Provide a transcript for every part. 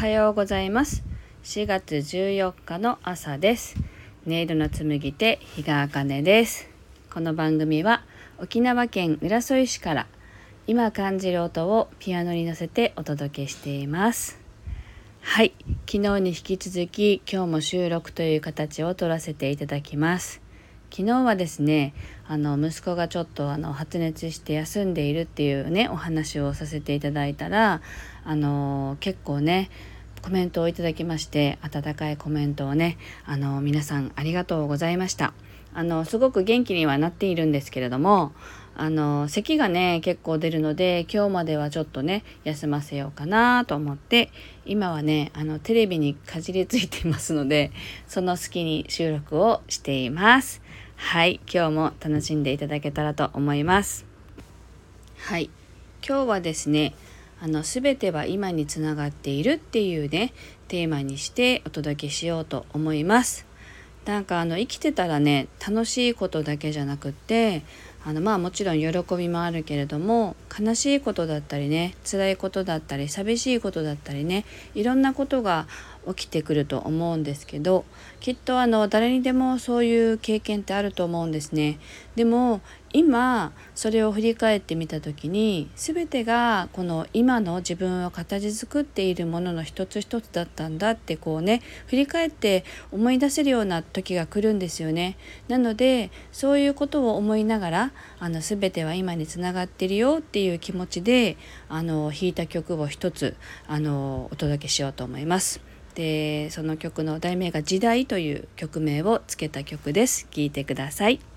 はようございます。4月14日の朝です。音色の紡手比嘉茜です。この番組は沖縄県浦添市から今感じる音をピアノに乗せてお届けしています。はい、昨日に引き続き今日も収録という形を取らせていただきます。昨日はですね、息子がちょっと発熱して休んでいるっていうねお話をさせていただいたら、結構ねコメントをいただきまして、温かいコメントをね皆さんありがとうございました。すごく元気にはなっているんですけれども、咳がね結構出るので、今日まではちょっとね休ませようかなと思って、今はねテレビにかじりついていますので、その隙に収録をしています。はい、今日も楽しんでいただけたらと思います。はい、今日はですね、全ては今につながっているっていうねテーマにしてお届けしようと思います。なんか生きてたらね、楽しいことだけじゃなくって、もちろん喜びもあるけれども、悲しいことだったりね、辛いことだったり寂しいことだったりね、いろんなことが起きてくると思うんですけど、きっと誰にでもそういう経験ってあると思うんですね。でも今それを振り返ってみた時に、全てがこの今の自分を形作っているものの一つ一つだったんだってこうね、振り返って思い出せるような時が来るんですよね。なのでそういうことを思いながら、全ては今につながってるよっていう気持ちで弾いた曲を一つお届けしようと思います。で、その曲の題名が時代という曲名をつけた曲です。聴いてください。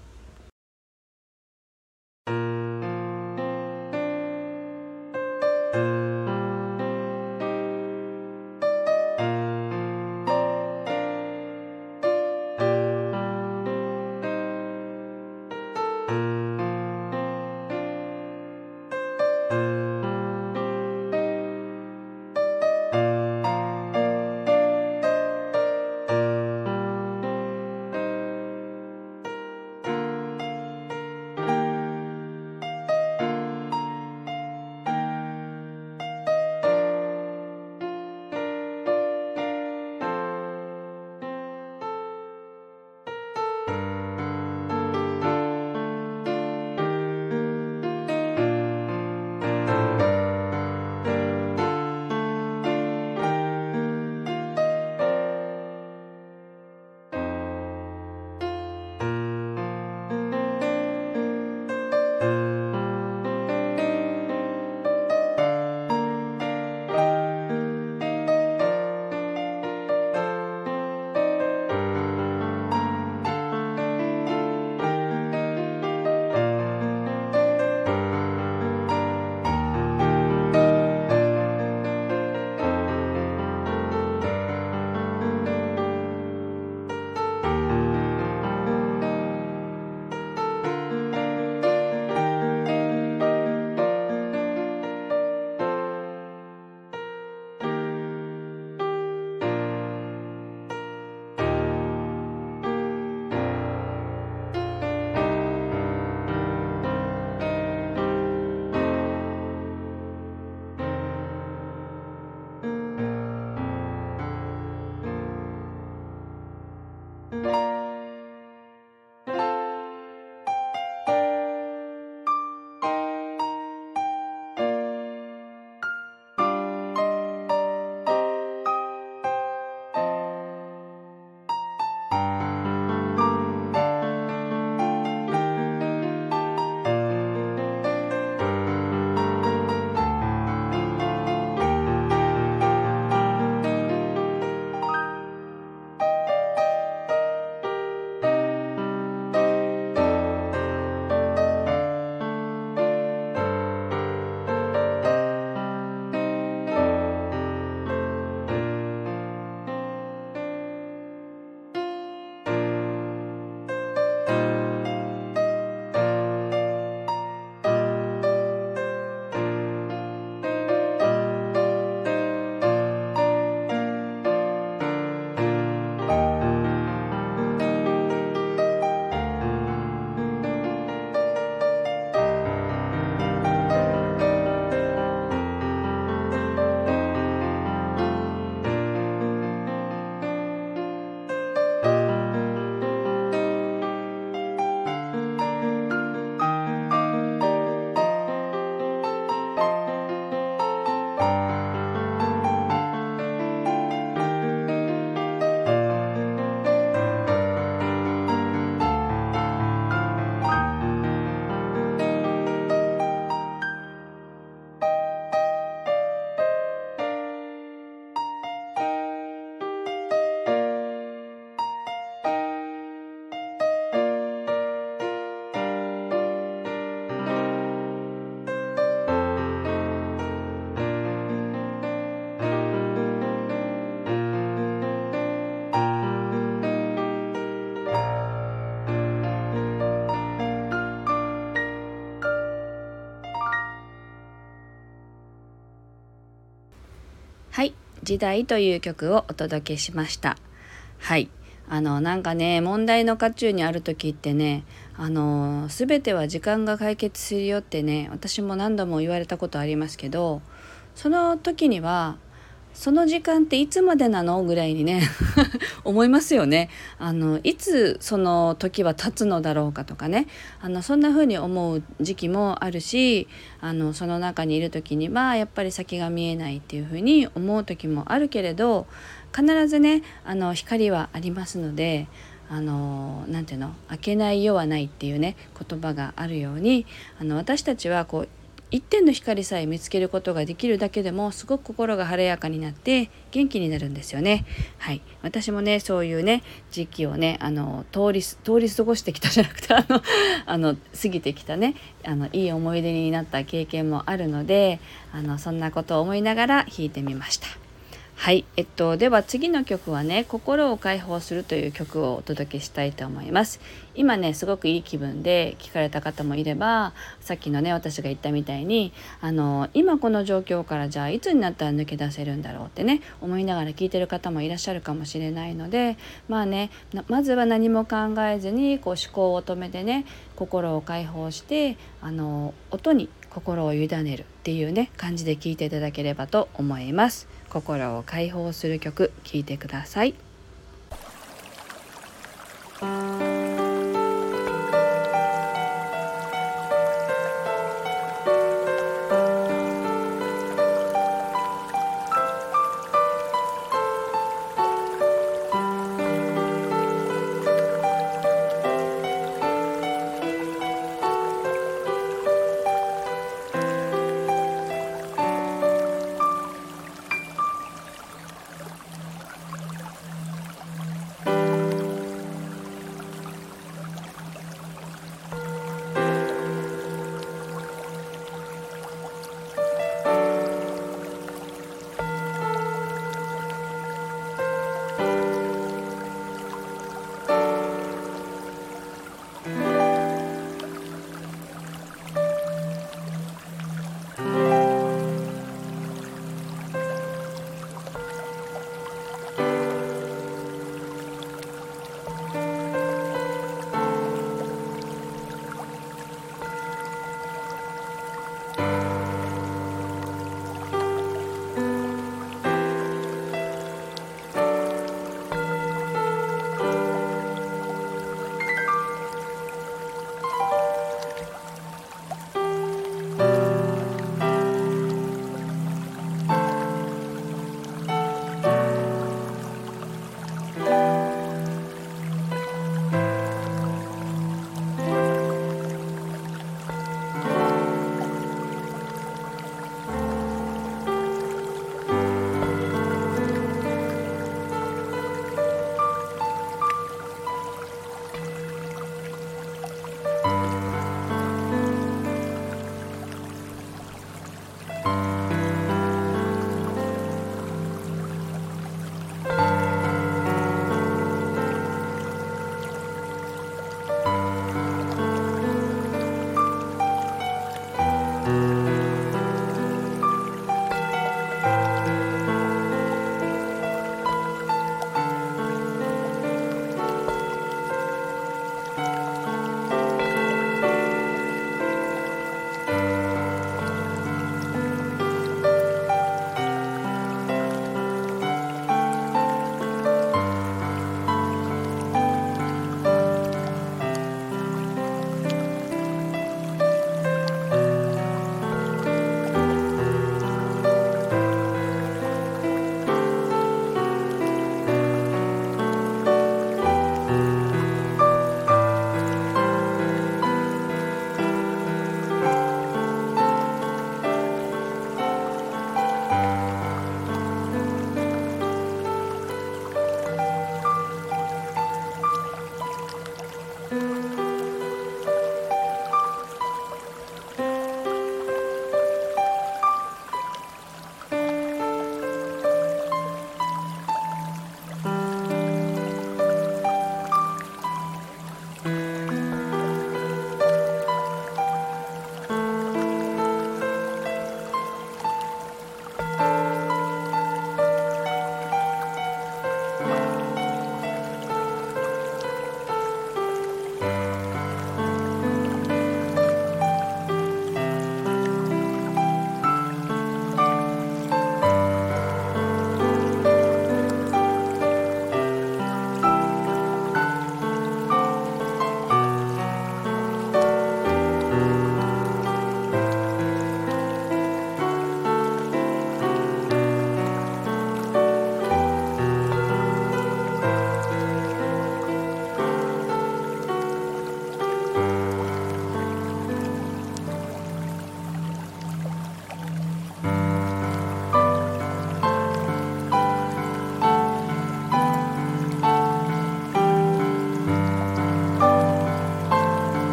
時代という曲をお届けしました。はい。なんかね、問題の渦中にある時ってね、全ては時間が解決するよってね、私も何度も言われたことありますけど、その時にはその時間っていつまでなのぐらいにね思いますよね。いつその時は経つのだろうかとかね、そんな風に思う時期もあるし、その中にいる時にはやっぱり先が見えないっていう風に思う時もあるけれど、必ずね光はありますので、なんていうの、明けない夜はないっていうね言葉があるように、私たちはこう一点の光さえ見つけることができるだけでもすごく心が晴れやかになって元気になるんですよね。はい、私もねそういうね時期をね通り過ごしてきたじゃなくて過ぎてきたねいい思い出になった経験もあるので、そんなことを思いながら弾いてみました。はい、では次の曲はね、心を解放するという曲をお届けしたいと思います。今ねすごくいい気分で聴かれた方もいれば、さっきのね私が言ったみたいに今この状況からじゃあいつになったら抜け出せるんだろうってね思いながら聴いてる方もいらっしゃるかもしれないので、まずは何も考えずにこう思考を止めてね、心を解放して音に心を委ねるっていうね感じで聴いていただければと思います。心を解放する曲、聴いてください。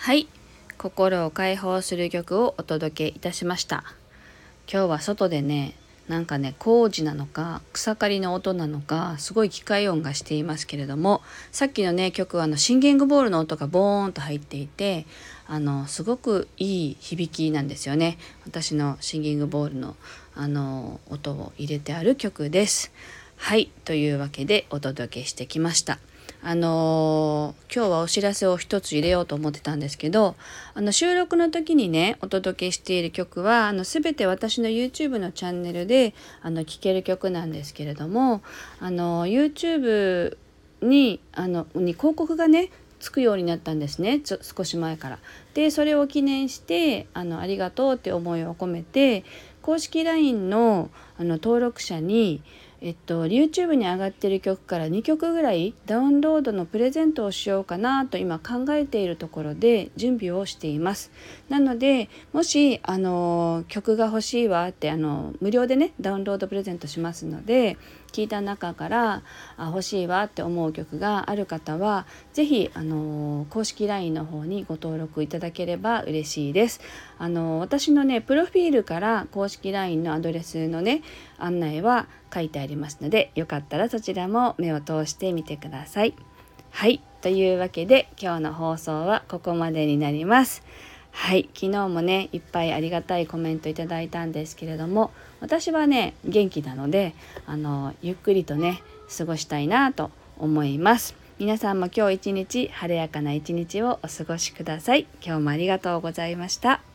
はい、心を解放する曲をお届けいたしました。今日は外でね、工事なのか草刈りの音なのかすごい機械音がしていますけれども、さっきのね曲はシンギングボールの音がボーンと入っていて、すごくいい響きなんですよね。私のシンギングボールの音を入れてある曲です。はい、というわけでお届けしてきました。今日はお知らせを一つ入れようと思ってたんですけど、収録の時にねお届けしている曲は全て私の YouTube のチャンネルで聴ける曲なんですけれども、YouTube に広告がねつくようになったんですね、少し前から。でそれを記念してありがとうって思いを込めて公式 LINE の登録者にYouTube に上がっている曲から2曲ぐらいダウンロードのプレゼントをしようかなと今考えているところで準備をしています。なのでもし曲が欲しいわって無料でねダウンロードプレゼントしますので、聞いた中から欲しいわって思う曲がある方はぜひ公式 LINE の方にご登録いただければ嬉しいです。私のねプロフィールから公式 LINE のアドレスのね案内は書いてありますので、よかったらそちらも目を通してみてください。はい、というわけで今日の放送はここまでになります。はい、昨日もねいっぱいありがたいコメントいただいたんですけれども、私はね元気なのでゆっくりとね過ごしたいなと思います。皆さんも今日一日晴れやかな一日をお過ごしください。今日もありがとうございました。